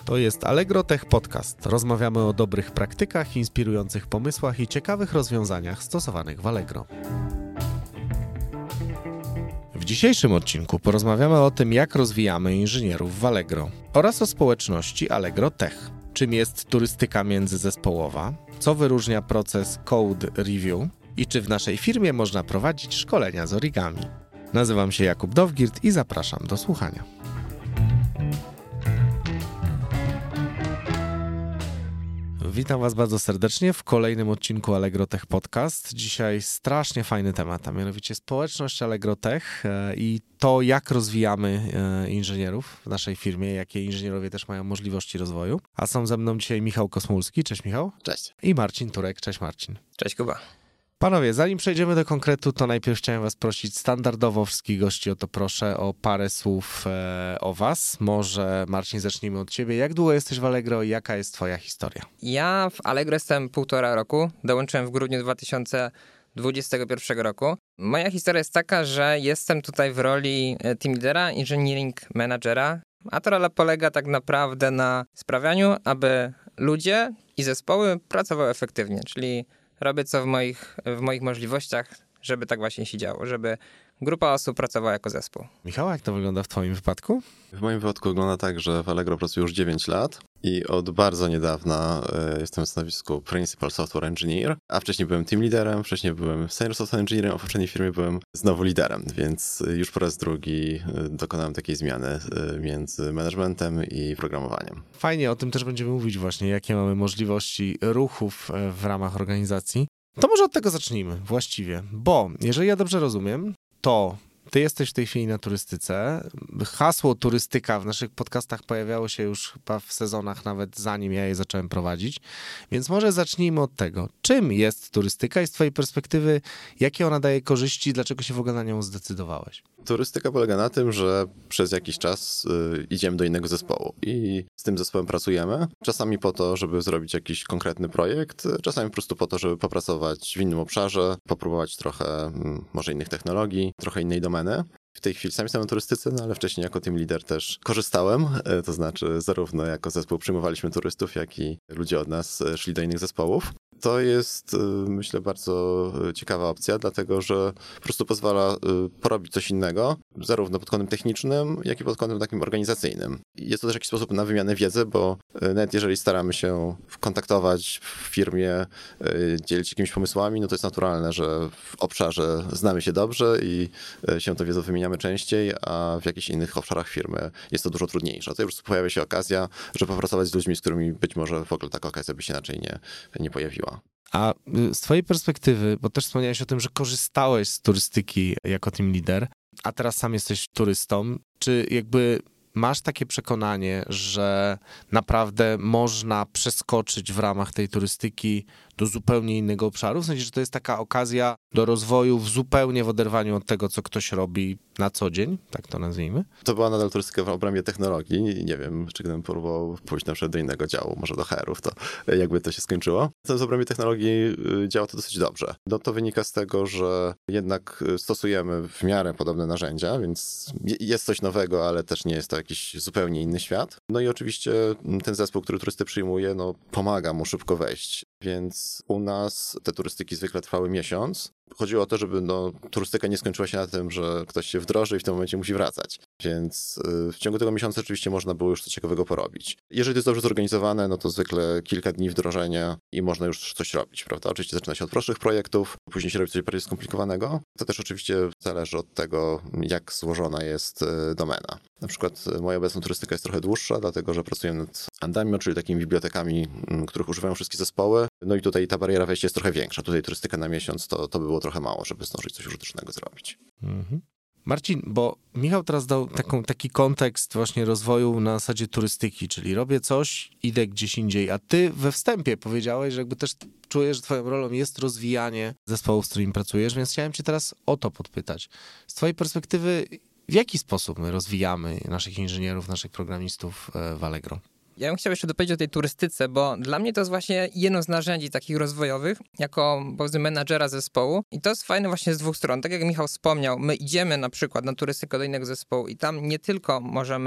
To jest Allegro Tech Podcast. Rozmawiamy o dobrych praktykach, inspirujących pomysłach i ciekawych rozwiązaniach stosowanych w Allegro. W dzisiejszym odcinku porozmawiamy o tym, jak rozwijamy inżynierów w Allegro oraz o społeczności Allegro Tech. Czym jest turystyka międzyzespołowa, co wyróżnia proces Code Review i czy w naszej firmie można prowadzić szkolenia z origami. Nazywam się Jakub Dowgirt i zapraszam do słuchania. Witam Was bardzo serdecznie w kolejnym odcinku Allegro Tech Podcast. Dzisiaj strasznie fajny temat, a mianowicie społeczność Allegro Tech i to, jak rozwijamy inżynierów w naszej firmie, jakie inżynierowie też mają możliwości rozwoju. A są ze mną dzisiaj Michał Kosmulski. Cześć Michał. Cześć. I Marcin Turek. Cześć Marcin. Cześć Kuba. Panowie, zanim przejdziemy do konkretu, to najpierw chciałem Was prosić standardowo wszystkich gości o to proszę o parę słów o Was. Może Marcin, zacznijmy od Ciebie. Jak długo jesteś w Allegro i jaka jest Twoja historia? Ja w Allegro jestem 1,5 roku. Dołączyłem w grudniu 2021 roku. Moja historia jest taka, że jestem tutaj w roli team leadera, engineering managera, a ta rola polega tak naprawdę na sprawianiu, aby ludzie i zespoły pracowały efektywnie, czyli robię co w moich możliwościach, żeby tak właśnie się działo, żeby grupa osób pracowała jako zespół. Michał, jak to wygląda w Twoim wypadku? W moim wypadku wygląda tak, że w Allegro pracuję już 9 lat i od bardzo niedawna jestem w stanowisku Principal Software Engineer, a wcześniej byłem team leaderem, wcześniej byłem Senior Software Engineerem, a w poprzedniej firmie byłem znowu liderem, więc już po raz drugi dokonałem takiej zmiany między managementem i programowaniem. Fajnie, o tym też będziemy mówić właśnie, jakie mamy możliwości ruchów w ramach organizacji. To może od tego zacznijmy właściwie, bo jeżeli ja dobrze rozumiem, to Ty jesteś w tej chwili na turystyce. Hasło turystyka w naszych podcastach pojawiało się już chyba w sezonach, nawet zanim ja je zacząłem prowadzić. Więc może zacznijmy od tego. Czym jest turystyka i z Twojej perspektywy, jakie ona daje korzyści, dlaczego się w ogóle na nią zdecydowałeś? Turystyka polega na tym, że przez jakiś czas idziemy do innego zespołu i z tym zespołem pracujemy. Czasami po to, żeby zrobić jakiś konkretny projekt, czasami po prostu po to, żeby popracować w innym obszarze, popróbować trochę może innych technologii, trochę innej domeny. W tej chwili sam jestem na turystyce, no ale wcześniej jako team leader też korzystałem, to znaczy zarówno jako zespół przyjmowaliśmy turystów, jak i ludzie od nas szli do innych zespołów. To jest, myślę, bardzo ciekawa opcja, dlatego że po prostu pozwala porobić coś innego, zarówno pod kątem technicznym, jak i pod kątem takim organizacyjnym. Jest to też jakiś sposób na wymianę wiedzy, bo nawet jeżeli staramy się kontaktować w firmie, dzielić się jakimiś pomysłami, no to jest naturalne, że w obszarze znamy się dobrze i się tą wiedzą wymieniamy częściej, a w jakichś innych obszarach firmy jest to dużo trudniejsze. Tutaj po prostu pojawia się okazja, żeby popracować z ludźmi, z którymi być może w ogóle taka okazja by się inaczej nie pojawiła. A z Twojej perspektywy, bo też wspomniałeś o tym, że korzystałeś z turystyki jako team leader, a teraz sam jesteś turystą, czy jakby masz takie przekonanie, że naprawdę można przeskoczyć w ramach tej turystyki do zupełnie innego obszaru? W sensie, że to jest taka okazja do rozwoju zupełnie w oderwaniu od tego, co ktoś robi na co dzień, tak to nazwijmy? To była nadal turystyka w obrębie technologii. Nie wiem, czy gdybym próbował pójść na przykład do innego działu, może do HR-ów, to jakby to się skończyło. Natomiast w obrębie technologii działa to dosyć dobrze. No to wynika z tego, że jednak stosujemy w miarę podobne narzędzia, więc jest coś nowego, ale też nie jest to jakiś zupełnie inny świat. No i oczywiście ten zespół, który turystę przyjmuje, no pomaga mu szybko wejść. Więc u nas te turystyki zwykle trwały miesiąc. Chodziło o to, żeby turystyka nie skończyła się na tym, że ktoś się wdroży i w tym momencie musi wracać. Więc w ciągu tego miesiąca oczywiście można było już coś ciekawego porobić. Jeżeli to jest dobrze zorganizowane, no to zwykle kilka dni wdrożenia i można już coś robić, prawda? Oczywiście zaczyna się od prostszych projektów, później się robi coś bardziej skomplikowanego. To też oczywiście zależy od tego, jak złożona jest domena. Na przykład moja obecna turystyka jest trochę dłuższa, dlatego że pracuję nad Andamio, czyli takimi bibliotekami, których używają wszystkie zespoły. No i tutaj ta bariera wejścia jest trochę większa. Tutaj turystyka na miesiąc to by było trochę mało, żeby zdążyć coś użytecznego zrobić. Mhm. Marcin, bo Michał teraz dał taki kontekst właśnie rozwoju na zasadzie turystyki, czyli robię coś, idę gdzieś indziej, a ty we wstępie powiedziałeś, że jakby też czujesz, że twoją rolą jest rozwijanie zespołów, z którymi pracujesz, więc chciałem cię teraz o to podpytać. Z twojej perspektywy, w jaki sposób my rozwijamy naszych inżynierów, naszych programistów w Allegro? Ja bym chciał jeszcze dopowiedzieć o tej turystyce, bo dla mnie to jest właśnie jedno z narzędzi takich rozwojowych, jako powiedzmy menadżera zespołu. I to jest fajne właśnie z dwóch stron. Tak jak Michał wspomniał, my idziemy na przykład na turystykę do innego zespołu i tam nie tylko możemy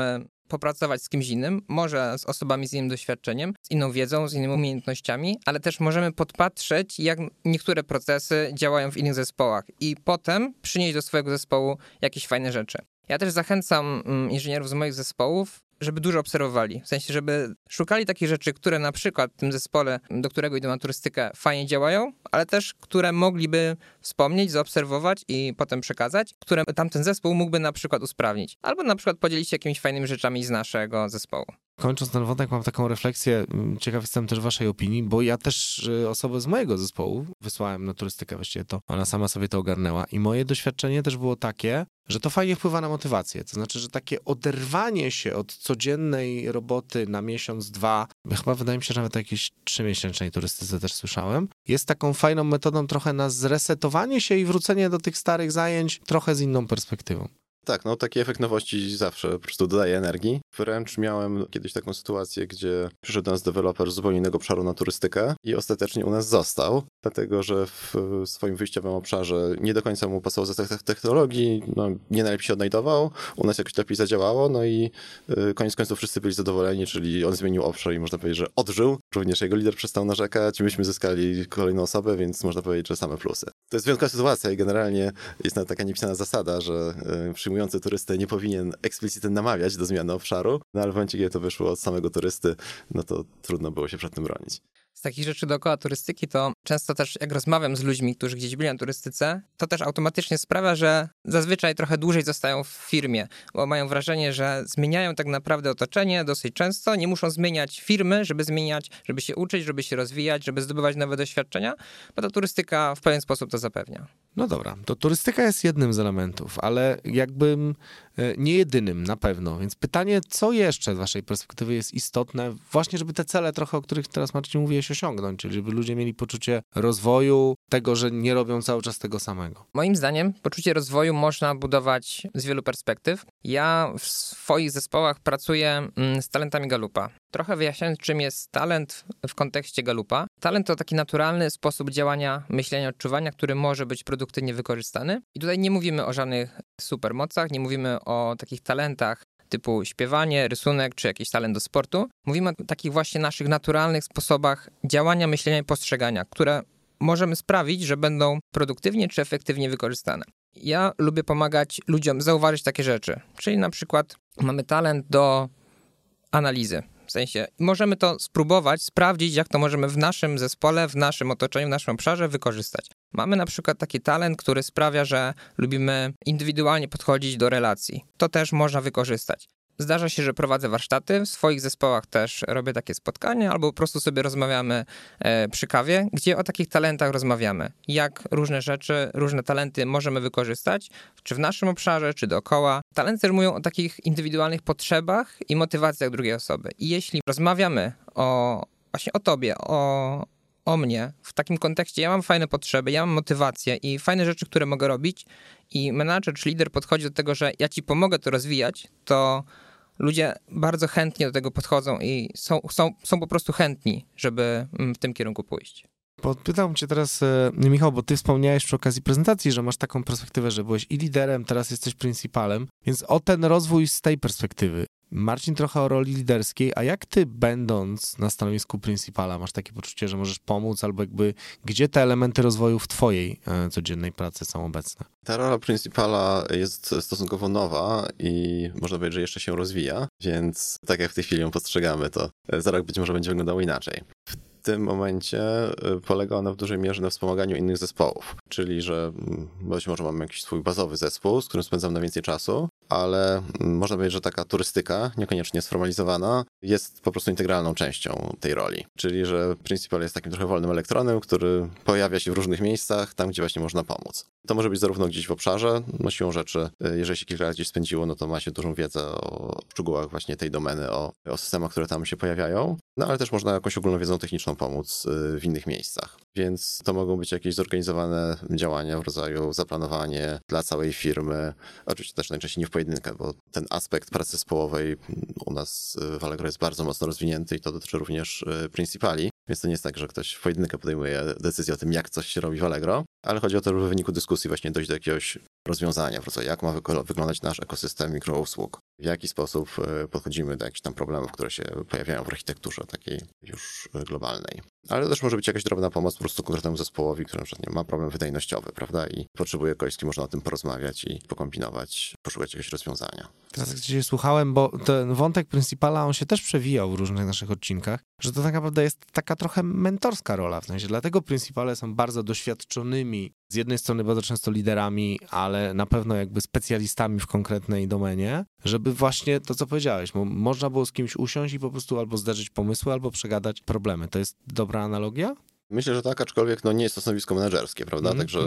popracować z kimś innym, może z osobami z innym doświadczeniem, z inną wiedzą, z innymi umiejętnościami, ale też możemy podpatrzeć, jak niektóre procesy działają w innych zespołach i potem przynieść do swojego zespołu jakieś fajne rzeczy. Ja też zachęcam inżynierów z moich zespołów, żeby dużo obserwowali. W sensie, żeby szukali takich rzeczy, które na przykład w tym zespole, do którego idą na turystykę, fajnie działają, ale też które mogliby wspomnieć, zaobserwować i potem przekazać, które tamten zespół mógłby na przykład usprawnić. Albo na przykład podzielić się jakimiś fajnymi rzeczami z naszego zespołu. Kończąc ten wątek, mam taką refleksję, ciekaw jestem też waszej opinii, bo ja też osobę z mojego zespołu wysłałem na turystykę, właściwie to ona sama sobie to ogarnęła i moje doświadczenie też było takie, że to fajnie wpływa na motywację. To znaczy, że takie oderwanie się od codziennej roboty na miesiąc, dwa, chyba wydaje mi się, że nawet o jakiejś 3-miesięcznej turystyce też słyszałem, jest taką fajną metodą trochę na zresetowanie się i wrócenie do tych starych zajęć trochę z inną perspektywą. Tak, no taki efekt nowości zawsze po prostu dodaje energii. Wręcz miałem kiedyś taką sytuację, gdzie przyszedł do nas deweloper z zupełnie innego obszaru na turystykę i ostatecznie u nas został, dlatego że w swoim wyjściowym obszarze nie do końca mu pasował zestaw technologii, no nie najlepiej się odnajdował, u nas jakoś lepiej zadziałało, no i koniec końców wszyscy byli zadowoleni, czyli on zmienił obszar i można powiedzieć, że odżył, również jego lider przestał narzekać, myśmy zyskali kolejną osobę, więc można powiedzieć, że same plusy. To jest wyjątkowa sytuacja i generalnie jest taka niepisana zasada, że przyjmujący turystę nie powinien eksplicitnie namawiać do zmiany obszaru, no ale w momencie, kiedy to wyszło od samego turysty, no to trudno było się przed tym bronić. Z takich rzeczy dookoła turystyki to często też jak rozmawiam z ludźmi, którzy gdzieś byli na turystyce, to też automatycznie sprawia, że zazwyczaj trochę dłużej zostają w firmie, bo mają wrażenie, że zmieniają tak naprawdę otoczenie dosyć często, nie muszą zmieniać firmy, żeby zmieniać, żeby się uczyć, żeby się rozwijać, żeby zdobywać nowe doświadczenia, bo ta turystyka w pewien sposób to zapewnia. No dobra, to turystyka jest jednym z elementów, ale jakby nie jedynym na pewno. Więc pytanie, co jeszcze z waszej perspektywy jest istotne, właśnie żeby te cele trochę, o których teraz Marcin mówiłeś, osiągnąć, czyli żeby ludzie mieli poczucie rozwoju, tego, że nie robią cały czas tego samego. Moim zdaniem poczucie rozwoju można budować z wielu perspektyw. Ja w swoich zespołach pracuję z talentami Gallupa. Trochę wyjaśniając, czym jest talent w kontekście Gallupa. Talent to taki naturalny sposób działania, myślenia, odczuwania, który może być produktywnie wykorzystany. I tutaj nie mówimy o żadnych supermocach, nie mówimy o takich talentach typu śpiewanie, rysunek czy jakiś talent do sportu. Mówimy o takich właśnie naszych naturalnych sposobach działania, myślenia i postrzegania, które możemy sprawić, że będą produktywnie czy efektywnie wykorzystane. Ja lubię pomagać ludziom zauważyć takie rzeczy, czyli na przykład mamy talent do analizy. W sensie możemy to spróbować, sprawdzić, jak to możemy w naszym zespole, w naszym otoczeniu, w naszym obszarze wykorzystać. Mamy na przykład taki talent, który sprawia, że lubimy indywidualnie podchodzić do relacji. To też można wykorzystać. Zdarza się, że prowadzę warsztaty, w swoich zespołach też robię takie spotkania, albo po prostu sobie rozmawiamy przy kawie, gdzie o takich talentach rozmawiamy. Jak różne rzeczy, różne talenty możemy wykorzystać, czy w naszym obszarze, czy dookoła. Talenty też mówią o takich indywidualnych potrzebach i motywacjach drugiej osoby. I jeśli rozmawiamy właśnie o tobie, o mnie, w takim kontekście ja mam fajne potrzeby, ja mam motywację i fajne rzeczy, które mogę robić i menadżer czy lider podchodzi do tego, że ja ci pomogę to rozwijać, to ludzie bardzo chętnie do tego podchodzą i są po prostu chętni, żeby w tym kierunku pójść. Podpytam cię teraz, Michał, bo ty wspomniałeś przy okazji prezentacji, że masz taką perspektywę, że byłeś i liderem, teraz jesteś principalem, więc o ten rozwój z tej perspektywy. Marcin trochę o roli liderskiej, a jak ty, będąc na stanowisku principala, masz takie poczucie, że możesz pomóc, albo jakby gdzie te elementy rozwoju w twojej codziennej pracy są obecne? Ta rola principala jest stosunkowo nowa i można powiedzieć, że jeszcze się rozwija, więc tak jak w tej chwili ją postrzegamy, to za rok być może będzie wyglądało inaczej. W tym momencie polega ona w dużej mierze na wspomaganiu innych zespołów, czyli że być może mamy jakiś swój bazowy zespół, z którym spędzam na więcej czasu, ale można powiedzieć, że taka turystyka, niekoniecznie sformalizowana, jest po prostu integralną częścią tej roli. Czyli że principal jest takim trochę wolnym elektronem, który pojawia się w różnych miejscach, tam gdzie właśnie można pomóc. To może być zarówno gdzieś w obszarze, no siłą rzeczy, jeżeli się kilka lat gdzieś spędziło, no to ma się dużą wiedzę o szczegółach właśnie tej domeny, o systemach, które tam się pojawiają, no ale też można jakąś ogólną wiedzą techniczną pomóc w innych miejscach. Więc to mogą być jakieś zorganizowane działania w rodzaju zaplanowanie dla całej firmy, oczywiście też najczęściej nie w pojedynkę, bo ten aspekt pracy zespołowej u nas w Allegro jest bardzo mocno rozwinięty i to dotyczy również principali, więc to nie jest tak, że ktoś w pojedynkę podejmuje decyzję o tym, jak coś się robi w Allegro, ale chodzi o to, żeby w wyniku dyskusji właśnie dojść do jakiegoś rozwiązania, po prostu jak ma wyglądać nasz ekosystem mikrousług, w jaki sposób podchodzimy do jakichś tam problemów, które się pojawiają w architekturze takiej już globalnej. Ale to też może być jakaś drobna pomoc po prostu konkretnemu zespołowi, który na przykład ma problem wydajnościowy, prawda? I potrzebuje kogoś, z kim można o tym porozmawiać i pokombinować, poszukać jakiegoś rozwiązania. Teraz jak cię słuchałem, bo ten wątek Principala, on się też przewijał w różnych naszych odcinkach, że to tak naprawdę jest taka trochę mentorska rola, w sensie dlatego Principale są bardzo doświadczonymi, z jednej strony bardzo często liderami, ale na pewno jakby specjalistami w konkretnej domenie, żeby właśnie to, co powiedziałeś, można było z kimś usiąść i po prostu albo zderzyć pomysły, albo przegadać problemy. To jest dobra analogia? Myślę, że tak, aczkolwiek nie jest to stanowisko menedżerskie, prawda? Także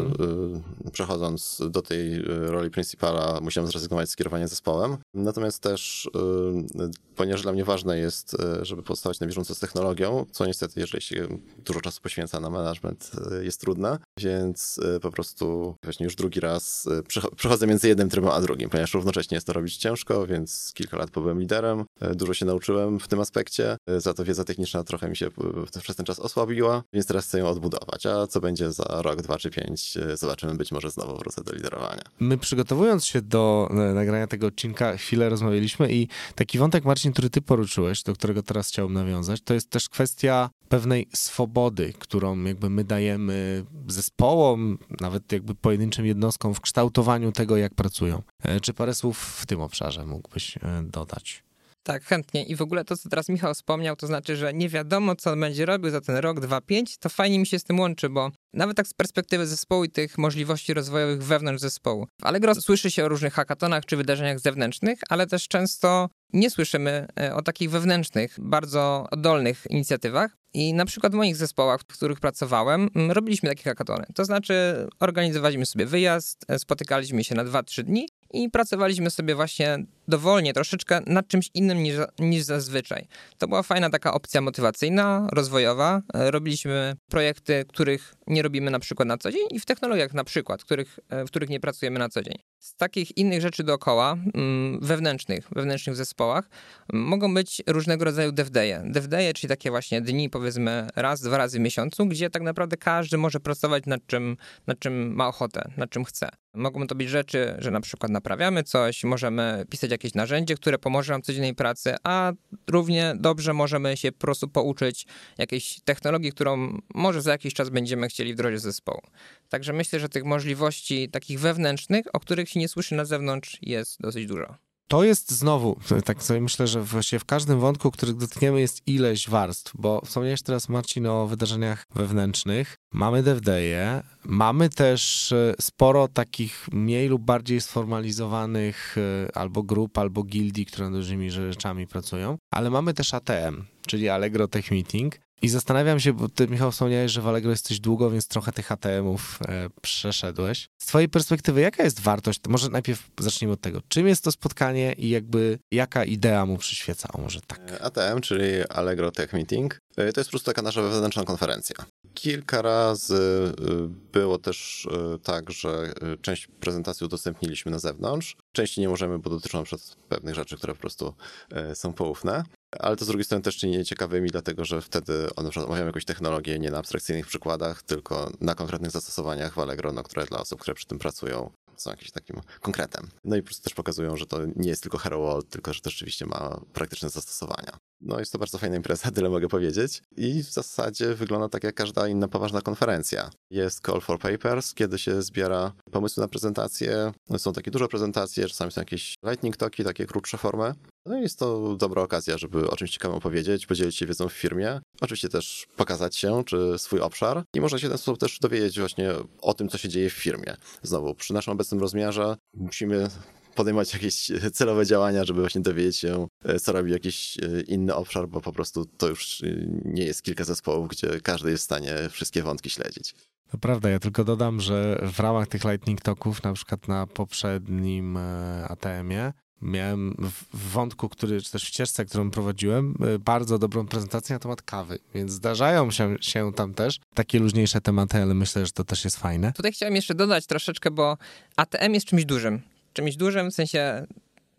przechodząc do tej roli Principala musiałem zrezygnować z kierowania zespołem. Natomiast też, ponieważ dla mnie ważne jest, żeby pozostawać na bieżąco z technologią, co niestety, jeżeli się dużo czasu poświęca na management, jest trudne, więc po prostu właśnie już drugi raz przechodzę między jednym trybem a drugim, ponieważ równocześnie jest to robić ciężko, więc kilka lat byłem liderem, dużo się nauczyłem w tym aspekcie, za to wiedza techniczna trochę mi się przez ten czas osłabiła, więc teraz chcę ją odbudować, a co będzie za rok, 2 czy 5, zobaczymy, być może znowu wrócę do liderowania. My przygotowując się do nagrania tego odcinka chwilę rozmawialiśmy i taki wątek, Marcin, który ty poruszyłeś, do którego teraz chciałbym nawiązać, to jest też kwestia pewnej swobody, którą jakby my dajemy zespołom, nawet jakby pojedynczym jednostkom w kształtowaniu tego, jak pracują. Czy parę słów w tym obszarze mógłbyś dodać? Tak, chętnie. I w ogóle to, co teraz Michał wspomniał, to znaczy, że nie wiadomo, co on będzie robił za ten rok, 2, 5, to fajnie mi się z tym łączy, bo nawet tak z perspektywy zespołu i tych możliwości rozwojowych wewnątrz zespołu. W Allegro słyszy się o różnych hackatonach czy wydarzeniach zewnętrznych, ale też często nie słyszymy o takich wewnętrznych, bardzo oddolnych inicjatywach. I na przykład w moich zespołach, w których pracowałem, robiliśmy takie hackatony. To znaczy organizowaliśmy sobie wyjazd, spotykaliśmy się na 2-3 dni i pracowaliśmy sobie właśnie dowolnie, troszeczkę nad czymś innym niż zazwyczaj. To była fajna taka opcja motywacyjna, rozwojowa. Robiliśmy projekty, których nie robimy na przykład na co dzień i w technologiach na przykład, w których nie pracujemy na co dzień. Z takich innych rzeczy dookoła, wewnętrznych w zespołach, mogą być różnego rodzaju dev day'e. Dev day'e, czyli takie właśnie dni, powiedzmy raz, 2 razy w miesiącu, gdzie tak naprawdę każdy może pracować nad czym ma ochotę, nad czym chce. Mogą to być rzeczy, że na przykład naprawiamy coś, możemy pisać jakieś narzędzie, które pomoże nam w codziennej pracy, a równie dobrze możemy się po prostu pouczyć jakiejś technologii, którą może za jakiś czas będziemy chcieli wdrożyć zespołu. Także myślę, że tych możliwości takich wewnętrznych, o których się nie słyszy na zewnątrz, jest dosyć dużo. To jest znowu, tak sobie myślę, że właściwie w każdym wątku, który dotkniemy, jest ileś warstw, bo wspomniałeś teraz, Marcin, o wydarzeniach wewnętrznych. Mamy dev day'e, mamy też sporo takich mniej lub bardziej sformalizowanych albo grup, albo gildii, które nad różnymi rzeczami pracują, ale mamy też ATM, czyli Allegro Tech Meeting. I zastanawiam się, bo ty, Michał, wspomniałeś, że w Allegro jesteś długo, więc trochę tych ATM-ów przeszedłeś. Z twojej perspektywy, jaka jest wartość? To może najpierw zacznijmy od tego. Czym jest to spotkanie i jakby jaka idea mu przyświeca? O, może tak. ATM, czyli Allegro Tech Meeting, to jest po prostu taka nasza wewnętrzna konferencja. Kilka razy było też tak, że część prezentacji udostępniliśmy na zewnątrz. Części nie możemy, bo dotyczą na przykład pewnych rzeczy, które po prostu są poufne. Ale to z drugiej strony też czyni ciekawymi, dlatego że wtedy one omawiają jakąś technologię nie na abstrakcyjnych przykładach, tylko na konkretnych zastosowaniach w Allegro, które dla osób, które przy tym pracują, są jakimś takim konkretem. No i po prostu też pokazują, że to nie jest tylko Hello World, tylko że to rzeczywiście ma praktyczne zastosowania. No jest to bardzo fajna impreza, tyle mogę powiedzieć. I w zasadzie wygląda tak jak każda inna poważna konferencja. Jest call for papers, kiedy się zbiera pomysły na prezentacje. Są takie duże prezentacje, czasami są jakieś lightning talki, takie krótsze formy. No i jest to dobra okazja, żeby o czymś ciekawym opowiedzieć, podzielić się wiedzą w firmie. Oczywiście też pokazać się, czy swój obszar. I można się w ten sposób też dowiedzieć właśnie o tym, co się dzieje w firmie. Znowu, przy naszym obecnym rozmiarze musimy podejmować jakieś celowe działania, żeby właśnie dowiedzieć się, co robi jakiś inny obszar, bo po prostu to już nie jest kilka zespołów, gdzie każdy jest w stanie wszystkie wątki śledzić. To prawda, ja tylko dodam, że w ramach tych lightning talków, na przykład na poprzednim ATM-ie, miałem w wątku, czy też w ścieżce, którą prowadziłem, bardzo dobrą prezentację na temat kawy, więc zdarzają się tam też takie luźniejsze tematy, ale myślę, że to też jest fajne. Tutaj chciałem jeszcze dodać troszeczkę, bo ATM jest czymś dużym w sensie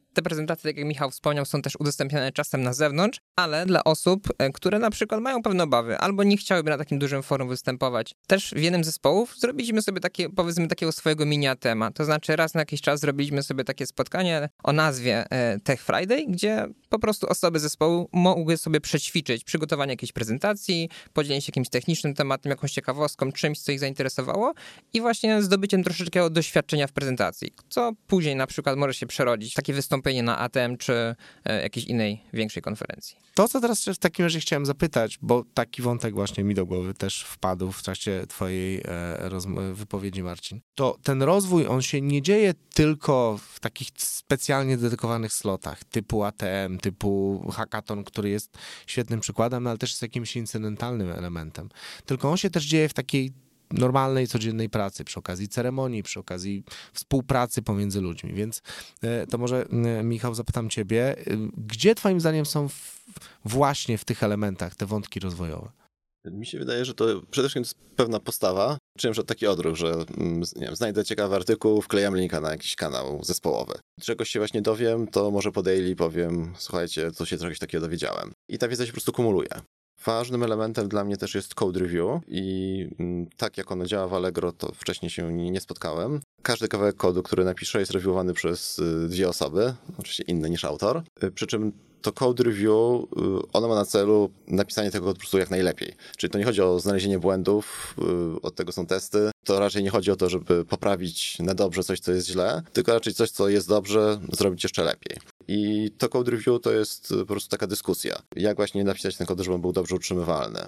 Te prezentacje, tak jak Michał wspomniał, są też udostępniane czasem na zewnątrz, ale dla osób, które na przykład mają pewne obawy albo nie chciałyby na takim dużym forum występować. Też w jednym z zespołów zrobiliśmy sobie takie, powiedzmy, takiego swojego mini-ATM-a. To znaczy raz na jakiś czas zrobiliśmy sobie takie spotkanie o nazwie Tech Friday, gdzie po prostu osoby zespołu mogły sobie przećwiczyć przygotowanie jakiejś prezentacji, podzielenie się jakimś technicznym tematem, jakąś ciekawostką, czymś, co ich zainteresowało i właśnie zdobyciem troszeczkę doświadczenia w prezentacji, co później na przykład może się przerodzić w takie wystąpienie na ATM czy jakiejś innej większej konferencji. To, co teraz w takim razie chciałem zapytać, bo taki wątek właśnie mi do głowy też wpadł w trakcie twojej wypowiedzi, Marcin, to ten rozwój, on się nie dzieje tylko w takich specjalnie dedykowanych slotach, typu ATM, typu hackathon, który jest świetnym przykładem, ale też jest jakimś incydentalnym elementem. Tylko on się też dzieje w takiej normalnej, codziennej pracy, przy okazji ceremonii, przy okazji współpracy pomiędzy ludźmi. Więc to może, Michał, zapytam ciebie, gdzie twoim zdaniem są właśnie w tych elementach te wątki rozwojowe? Mi się wydaje, że to przede wszystkim jest pewna postawa, czy na przykład taki odruch, że nie wiem, znajdę ciekawy artykuł, wklejam linka na jakiś kanał zespołowy. Czegoś się właśnie dowiem, to może po daily powiem, słuchajcie, to się czegoś takiego dowiedziałem. I ta wiedza się po prostu kumuluje. Ważnym elementem dla mnie też jest code review i tak jak ono działa w Allegro, to wcześniej się nie spotkałem. Każdy kawałek kodu, który napiszę, jest reviewowany przez 2 osoby, oczywiście inne niż autor, przy czym to code review, ono ma na celu napisanie tego po prostu jak najlepiej. Czyli to nie chodzi o znalezienie błędów, od tego są testy, to raczej nie chodzi o to, żeby poprawić na dobrze coś, co jest źle, tylko raczej coś, co jest dobrze, zrobić jeszcze lepiej. I to code review to jest po prostu taka dyskusja. Jak właśnie napisać ten kod, żeby on był dobrze utrzymywalny.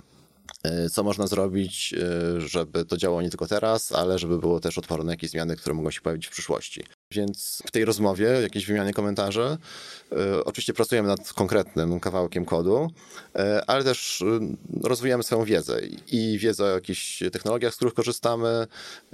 Co można zrobić, żeby to działało nie tylko teraz, ale żeby było też odporne na jakieś zmiany, które mogą się pojawić w przyszłości. Więc w tej rozmowie, jakiejś wymianie komentarzy, oczywiście pracujemy nad konkretnym kawałkiem kodu, ale też rozwijamy swoją wiedzę i wiedzę o jakichś technologiach, z których korzystamy,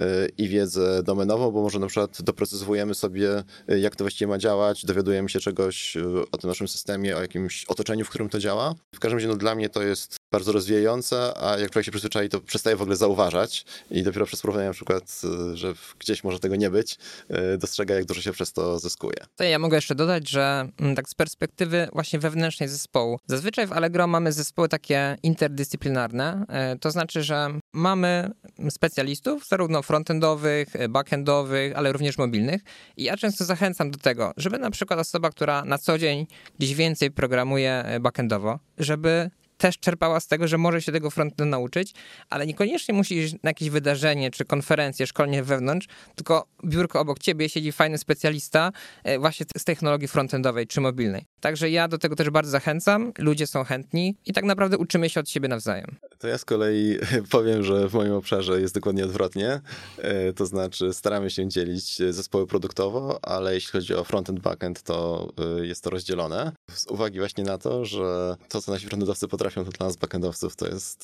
i wiedzę domenową, bo może na przykład doprecyzowujemy sobie, jak to właściwie ma działać, dowiadujemy się czegoś o tym naszym systemie, o jakimś otoczeniu, w którym to działa. W każdym razie dla mnie to jest bardzo rozwijające, a jak człowiek się przyzwyczai, to przestaje w ogóle zauważać i dopiero przez próbę na przykład, że gdzieś może tego nie być, dostrzega, jak dużo się przez to zyskuje. To ja mogę jeszcze dodać, że tak z perspektywy właśnie wewnętrznej zespołu, zazwyczaj w Allegro mamy zespoły takie interdyscyplinarne, to znaczy, że mamy specjalistów, zarówno frontendowych, backendowych, ale również mobilnych i ja często zachęcam do tego, żeby na przykład osoba, która na co dzień gdzieś więcej programuje backendowo, żeby też czerpała z tego, że może się tego frontendu nauczyć, ale niekoniecznie musi iść na jakieś wydarzenie czy konferencję, szkolenie wewnątrz, tylko biurko obok ciebie siedzi fajny specjalista właśnie z technologii frontendowej czy mobilnej. Także ja do tego też bardzo zachęcam, ludzie są chętni i tak naprawdę uczymy się od siebie nawzajem. To ja z kolei powiem, że w moim obszarze jest dokładnie odwrotnie, to znaczy staramy się dzielić zespoły produktowo, ale jeśli chodzi o frontend, backend, to jest to rozdzielone. Z uwagi właśnie na to, że to, co nasi frontendowcy potrafią, to dla nas backendowców to jest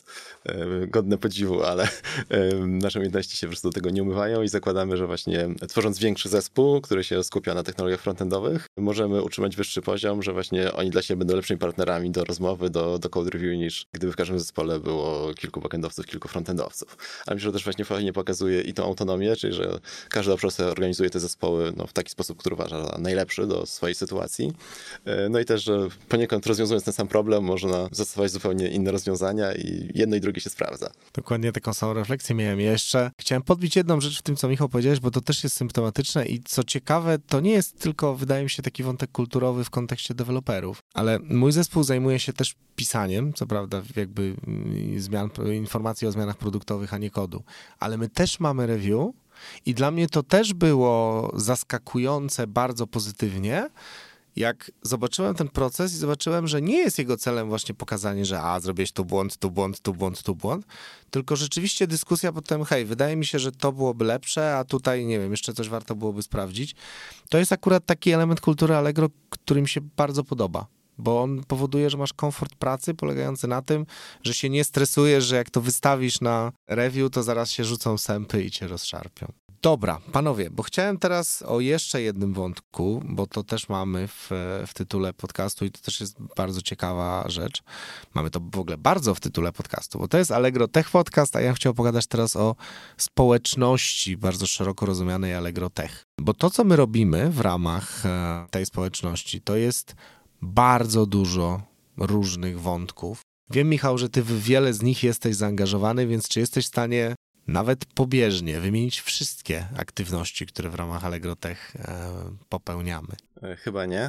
godne podziwu, ale nasze umiejętności się po prostu do tego nie umywają i zakładamy, że właśnie tworząc większy zespół, który się skupia na technologiach frontendowych, możemy utrzymać wyższy poziom, że właśnie oni dla siebie będą lepszymi partnerami do rozmowy, do code review, niż gdyby w każdym zespole było kilku backendowców, kilku frontendowców. Ale myślę, że też właśnie fajnie pokazuje i tą autonomię, czyli że każdy obszar sobie organizuje te zespoły w taki sposób, który uważa za najlepszy do swojej sytuacji. No i też, że poniekąd rozwiązując ten sam problem, można zastosować zupełnie inne rozwiązania i jedno i drugie się sprawdza. Dokładnie taką samą refleksję miałem. Ja jeszcze chciałem podbić jedną rzecz w tym, co Michał powiedziałeś, bo to też jest symptomatyczne i co ciekawe, to nie jest tylko, wydaje mi się, taki wątek kulturowy w kontekście deweloperów, ale mój zespół zajmuje się też pisaniem, co prawda jakby informacji o zmianach produktowych, a nie kodu, ale my też mamy review i dla mnie to też było zaskakujące bardzo pozytywnie, jak zobaczyłem ten proces i zobaczyłem, że nie jest jego celem właśnie pokazanie, że zrobiłeś tu błąd, tu błąd, tu błąd, tu błąd, tylko rzeczywiście dyskusja potem, hej, wydaje mi się, że to byłoby lepsze, a tutaj, nie wiem, jeszcze coś warto byłoby sprawdzić. To jest akurat taki element kultury Allegro, który mi się bardzo podoba. bo on powoduje, że masz komfort pracy polegający na tym, że się nie stresujesz, że jak to wystawisz na review, to zaraz się rzucą sępy i cię rozszarpią. Dobra, panowie, bo chciałem teraz o jeszcze jednym wątku, bo to też mamy w tytule podcastu i to też jest bardzo ciekawa rzecz. Mamy to w ogóle bardzo w tytule podcastu, bo to jest Allegro Tech Podcast, a ja chciałem pogadać teraz o społeczności bardzo szeroko rozumianej Allegro Tech. Bo to, co my robimy w ramach tej społeczności, to jest bardzo dużo różnych wątków. Wiem, Michał, że ty w wiele z nich jesteś zaangażowany, więc czy jesteś w stanie nawet pobieżnie wymienić wszystkie aktywności, które w ramach Allegro Tech popełniamy? Chyba nie,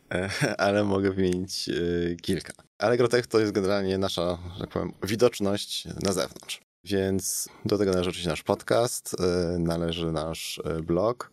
ale mogę wymienić kilka. Allegro Tech to jest generalnie nasza, że tak powiem, widoczność na zewnątrz. Więc do tego należy oczywiście nasz podcast, należy nasz blog,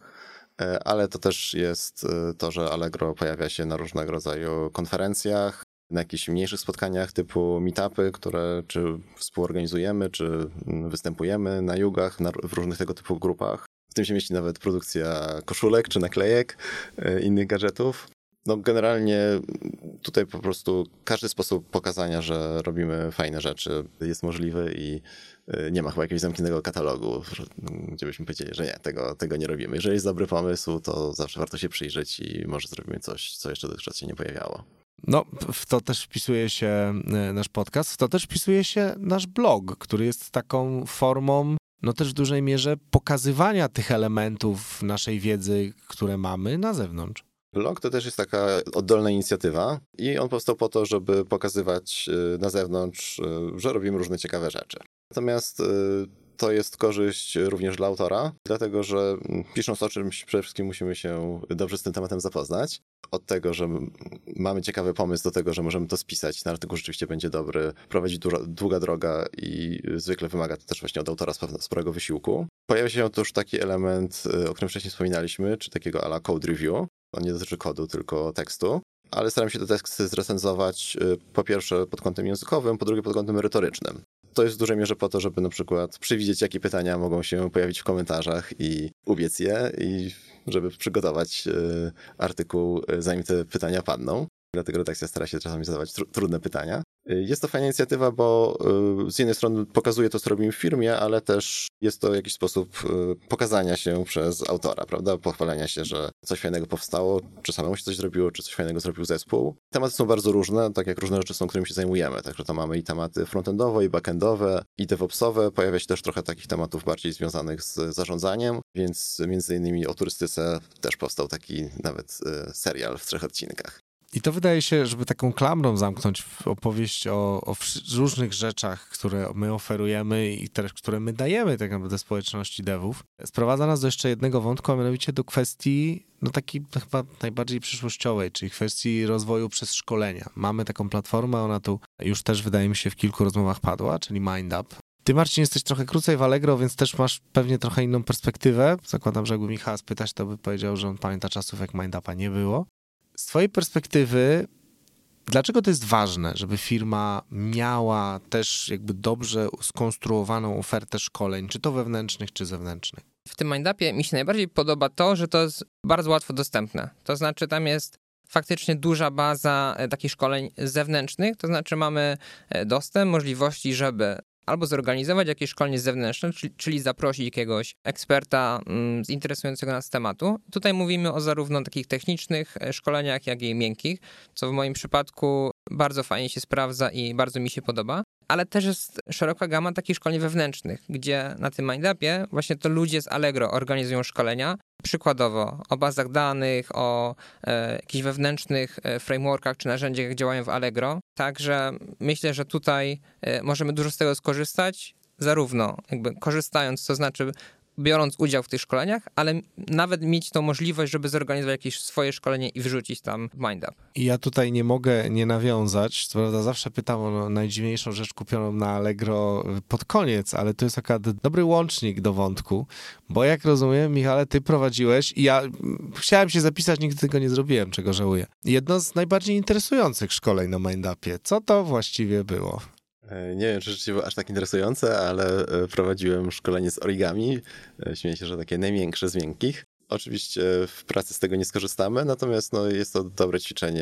ale to też jest to, że Allegro pojawia się na różnego rodzaju konferencjach, na jakichś mniejszych spotkaniach typu meetupy, które czy współorganizujemy, czy występujemy na jugach, w różnych tego typu grupach. W tym się mieści nawet produkcja koszulek czy naklejek, innych gadżetów. No generalnie tutaj po prostu każdy sposób pokazania, że robimy fajne rzeczy jest możliwy i nie ma chyba jakiegoś zamkniętego katalogu, gdzie byśmy powiedzieli, że nie, tego nie robimy. Jeżeli jest dobry pomysł, to zawsze warto się przyjrzeć i może zrobimy coś, co jeszcze dotychczas się nie pojawiało. No, w to też wpisuje się nasz podcast, w to też wpisuje się nasz blog, który jest taką formą, no też w dużej mierze pokazywania tych elementów naszej wiedzy, które mamy na zewnątrz. Blog to też jest taka oddolna inicjatywa i on powstał po to, żeby pokazywać na zewnątrz, że robimy różne ciekawe rzeczy. Natomiast to jest korzyść również dla autora, dlatego że pisząc o czymś przede wszystkim musimy się dobrze z tym tematem zapoznać. Od tego, że mamy ciekawy pomysł do tego, że możemy to spisać, ten artykuł rzeczywiście będzie dobry, prowadzi długa droga i zwykle wymaga to też właśnie od autora sporego wysiłku. Pojawia się też taki element, o którym wcześniej wspominaliśmy, czy takiego à la code review. On nie dotyczy kodu, tylko tekstu, ale staram się te teksty zrecenzować po pierwsze pod kątem językowym, po drugie pod kątem merytorycznym. To jest w dużej mierze po to, żeby na przykład przewidzieć, jakie pytania mogą się pojawić w komentarzach i ubiec je i żeby przygotować artykuł, zanim te pytania padną. Dlatego redakcja stara się czasami zadawać trudne pytania. Jest to fajna inicjatywa, bo z jednej strony pokazuje to, co robimy w firmie, ale też jest to jakiś sposób pokazania się przez autora, prawda? Pochwalenia się, że coś fajnego powstało, czy samemu się coś zrobiło, czy coś fajnego zrobił zespół. Tematy są bardzo różne, tak jak różne rzeczy są, którymi się zajmujemy. Także to mamy i tematy frontendowe, i backendowe, i DevOpsowe. Pojawia się też trochę takich tematów bardziej związanych z zarządzaniem, więc między innymi o turystyce też powstał taki nawet serial w 3 odcinkach. I to wydaje się, żeby taką klamrą zamknąć opowieść o różnych rzeczach, które my oferujemy i też, które my dajemy tak naprawdę społeczności devów, sprowadza nas do jeszcze jednego wątku, a mianowicie do kwestii, no takiej chyba najbardziej przyszłościowej, czyli kwestii rozwoju przez szkolenia. Mamy taką platformę, ona tu już też wydaje mi się w kilku rozmowach padła, czyli MindUp. Ty, Marcin, jesteś trochę krócej w Allegro, więc też masz pewnie trochę inną perspektywę. Zakładam, że jakby Michała spytać, to by powiedział, że on pamięta czasów, jak MindUpa nie było. Z twojej perspektywy, dlaczego to jest ważne, żeby firma miała też jakby dobrze skonstruowaną ofertę szkoleń, czy to wewnętrznych, czy zewnętrznych? W tym MindUpie mi się najbardziej podoba to, że to jest bardzo łatwo dostępne. To znaczy tam jest faktycznie duża baza takich szkoleń zewnętrznych, to znaczy mamy dostęp, możliwości, żeby albo zorganizować jakieś szkolenie zewnętrzne, czyli zaprosić jakiegoś eksperta interesującego nas tematu. Tutaj mówimy o zarówno takich technicznych szkoleniach, jak i miękkich, co w moim przypadku bardzo fajnie się sprawdza i bardzo mi się podoba. Ale też jest szeroka gama takich szkoleń wewnętrznych, gdzie na tym MindUpie właśnie to ludzie z Allegro organizują szkolenia. Przykładowo o bazach danych, o jakichś wewnętrznych frameworkach czy narzędziach, jak działają w Allegro. Także myślę, że tutaj możemy dużo z tego skorzystać, zarówno jakby korzystając, to znaczy biorąc udział w tych szkoleniach, ale nawet mieć tą możliwość, żeby zorganizować jakieś swoje szkolenie i wrzucić tam MindUp. I ja tutaj nie mogę nie nawiązać, co prawda zawsze pytam o najdziwniejszą rzecz kupioną na Allegro pod koniec, ale to jest akurat dobry łącznik do wątku, bo jak rozumiem, Michale, ty prowadziłeś i ja chciałem się zapisać, nigdy tego nie zrobiłem, czego żałuję. Jedno z najbardziej interesujących szkoleń na MindUpie. Co to właściwie było? Nie wiem, czy rzeczywiście było aż tak interesujące, ale prowadziłem szkolenie z origami. Śmieję się, że takie największe z miękkich. Oczywiście w pracy z tego nie skorzystamy, natomiast no, jest to dobre ćwiczenie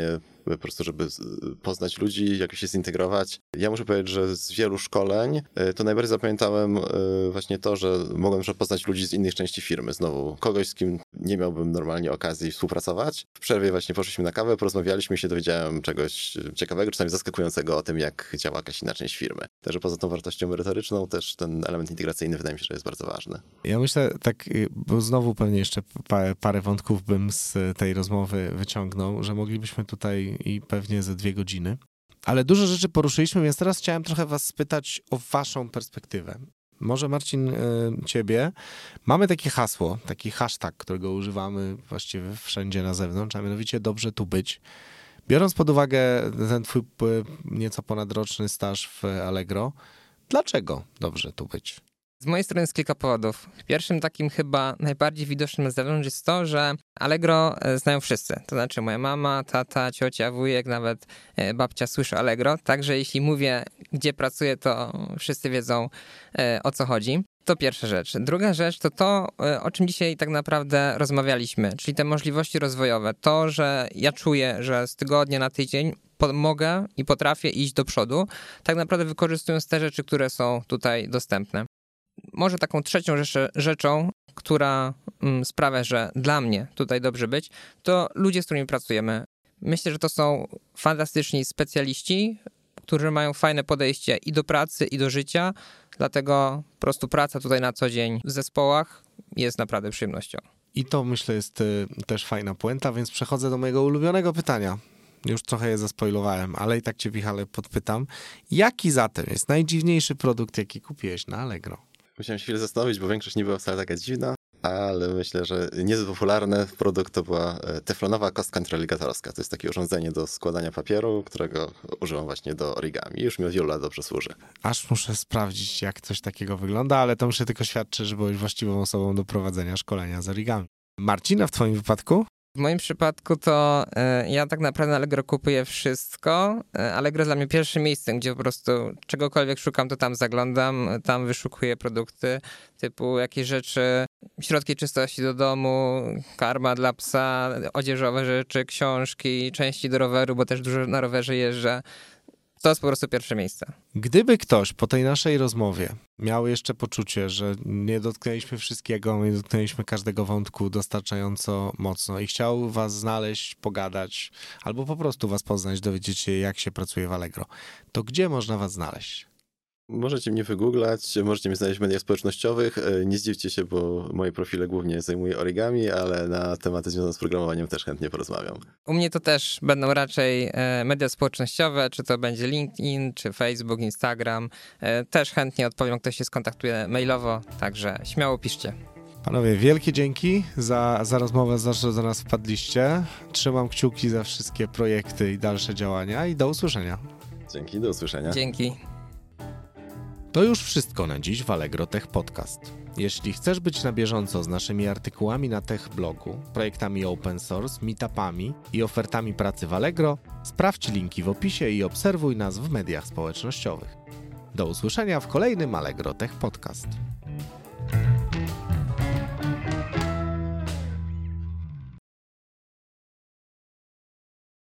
po prostu żeby poznać ludzi, jakoś się zintegrować. Ja muszę powiedzieć, że z wielu szkoleń to najbardziej zapamiętałem właśnie to, że mogłem poznać ludzi z innych części firmy. Znowu kogoś, z kim nie miałbym normalnie okazji współpracować. W przerwie właśnie poszliśmy na kawę, porozmawialiśmy i się dowiedziałem czegoś ciekawego, czasami zaskakującego o tym, jak działa jakaś inna część firmy. Także poza tą wartością merytoryczną też ten element integracyjny wydaje mi się, że jest bardzo ważny. Ja myślę tak, bo znowu pewnie jeszcze parę wątków bym z tej rozmowy wyciągnął, że moglibyśmy tutaj i pewnie ze 2 godziny. Ale dużo rzeczy poruszyliśmy, więc teraz chciałem trochę was spytać o waszą perspektywę. Może Marcin, ciebie. Mamy takie hasło, taki hashtag, którego używamy właściwie wszędzie na zewnątrz, a mianowicie dobrze tu być. Biorąc pod uwagę ten twój nieco ponadroczny staż w Allegro, dlaczego dobrze tu być? Z mojej strony jest kilka powodów. Pierwszym takim chyba najbardziej widocznym na zewnątrz jest to, że Allegro znają wszyscy. To znaczy moja mama, tata, ciocia, wujek, nawet babcia słyszy Allegro. Także jeśli mówię, gdzie pracuję, to wszyscy wiedzą, o co chodzi. To pierwsza rzecz. Druga rzecz to to, o czym dzisiaj tak naprawdę rozmawialiśmy, czyli te możliwości rozwojowe. To, że ja czuję, że z tygodnia na tydzień mogę i potrafię iść do przodu, tak naprawdę wykorzystując te rzeczy, które są tutaj dostępne. Może taką trzecią rzeczą, która sprawia, że dla mnie tutaj dobrze być, to ludzie, z którymi pracujemy. Myślę, że to są fantastyczni specjaliści, którzy mają fajne podejście i do pracy, i do życia, dlatego po prostu praca tutaj na co dzień w zespołach jest naprawdę przyjemnością. I to myślę jest też fajna puenta, więc przechodzę do mojego ulubionego pytania. Już trochę je zaspoilowałem, ale i tak cię, Michale, podpytam. Jaki zatem jest najdziwniejszy produkt, jaki kupiłeś na Allegro? Musiałem się chwilę zastanowić, bo większość nie była wcale taka dziwna, ale myślę, że niezbyt popularny produkt to była teflonowa kostka intraligatorska. To jest takie urządzenie do składania papieru, którego używam właśnie do origami. Już mi od wielu lat dobrze służy. Aż muszę sprawdzić, jak coś takiego wygląda, ale to myślę tylko świadczy, że byłeś właściwą osobą do prowadzenia szkolenia z origami. Marcina, w twoim wypadku? W moim przypadku to ja tak naprawdę na Allegro kupuję wszystko. Allegro jest dla mnie pierwszym miejscem, gdzie po prostu czegokolwiek szukam, to tam zaglądam, tam wyszukuję produkty typu jakieś rzeczy, środki czystości do domu, karma dla psa, odzieżowe rzeczy, książki, części do roweru, bo też dużo na rowerze jeżdżę. To jest po prostu pierwsze miejsce. Gdyby ktoś po tej naszej rozmowie miał jeszcze poczucie, że nie dotknęliśmy wszystkiego, nie dotknęliśmy każdego wątku dostarczająco mocno i chciał was znaleźć, pogadać, albo po prostu was poznać, dowiedzieć się, jak się pracuje w Allegro, to gdzie można was znaleźć? Możecie mnie wygooglać, możecie mnie znaleźć w mediach społecznościowych. Nie zdziwcie się, bo moje profile głównie zajmuję origami, ale na tematy związane z programowaniem też chętnie porozmawiam. U mnie to też będą raczej media społecznościowe, czy to będzie LinkedIn, czy Facebook, Instagram. Też chętnie odpowiem, jak ktoś się skontaktuje mailowo, także śmiało piszcie. Panowie, wielkie dzięki za rozmowę, za to, że do nas wpadliście. Trzymam kciuki za wszystkie projekty i dalsze działania i do usłyszenia. Dzięki, do usłyszenia. Dzięki. To już wszystko na dziś w Allegro Tech Podcast. Jeśli chcesz być na bieżąco z naszymi artykułami na Tech Blogu, projektami open source, meetupami i ofertami pracy w Allegro, sprawdź linki w opisie i obserwuj nas w mediach społecznościowych. Do usłyszenia w kolejnym Allegro Tech Podcast.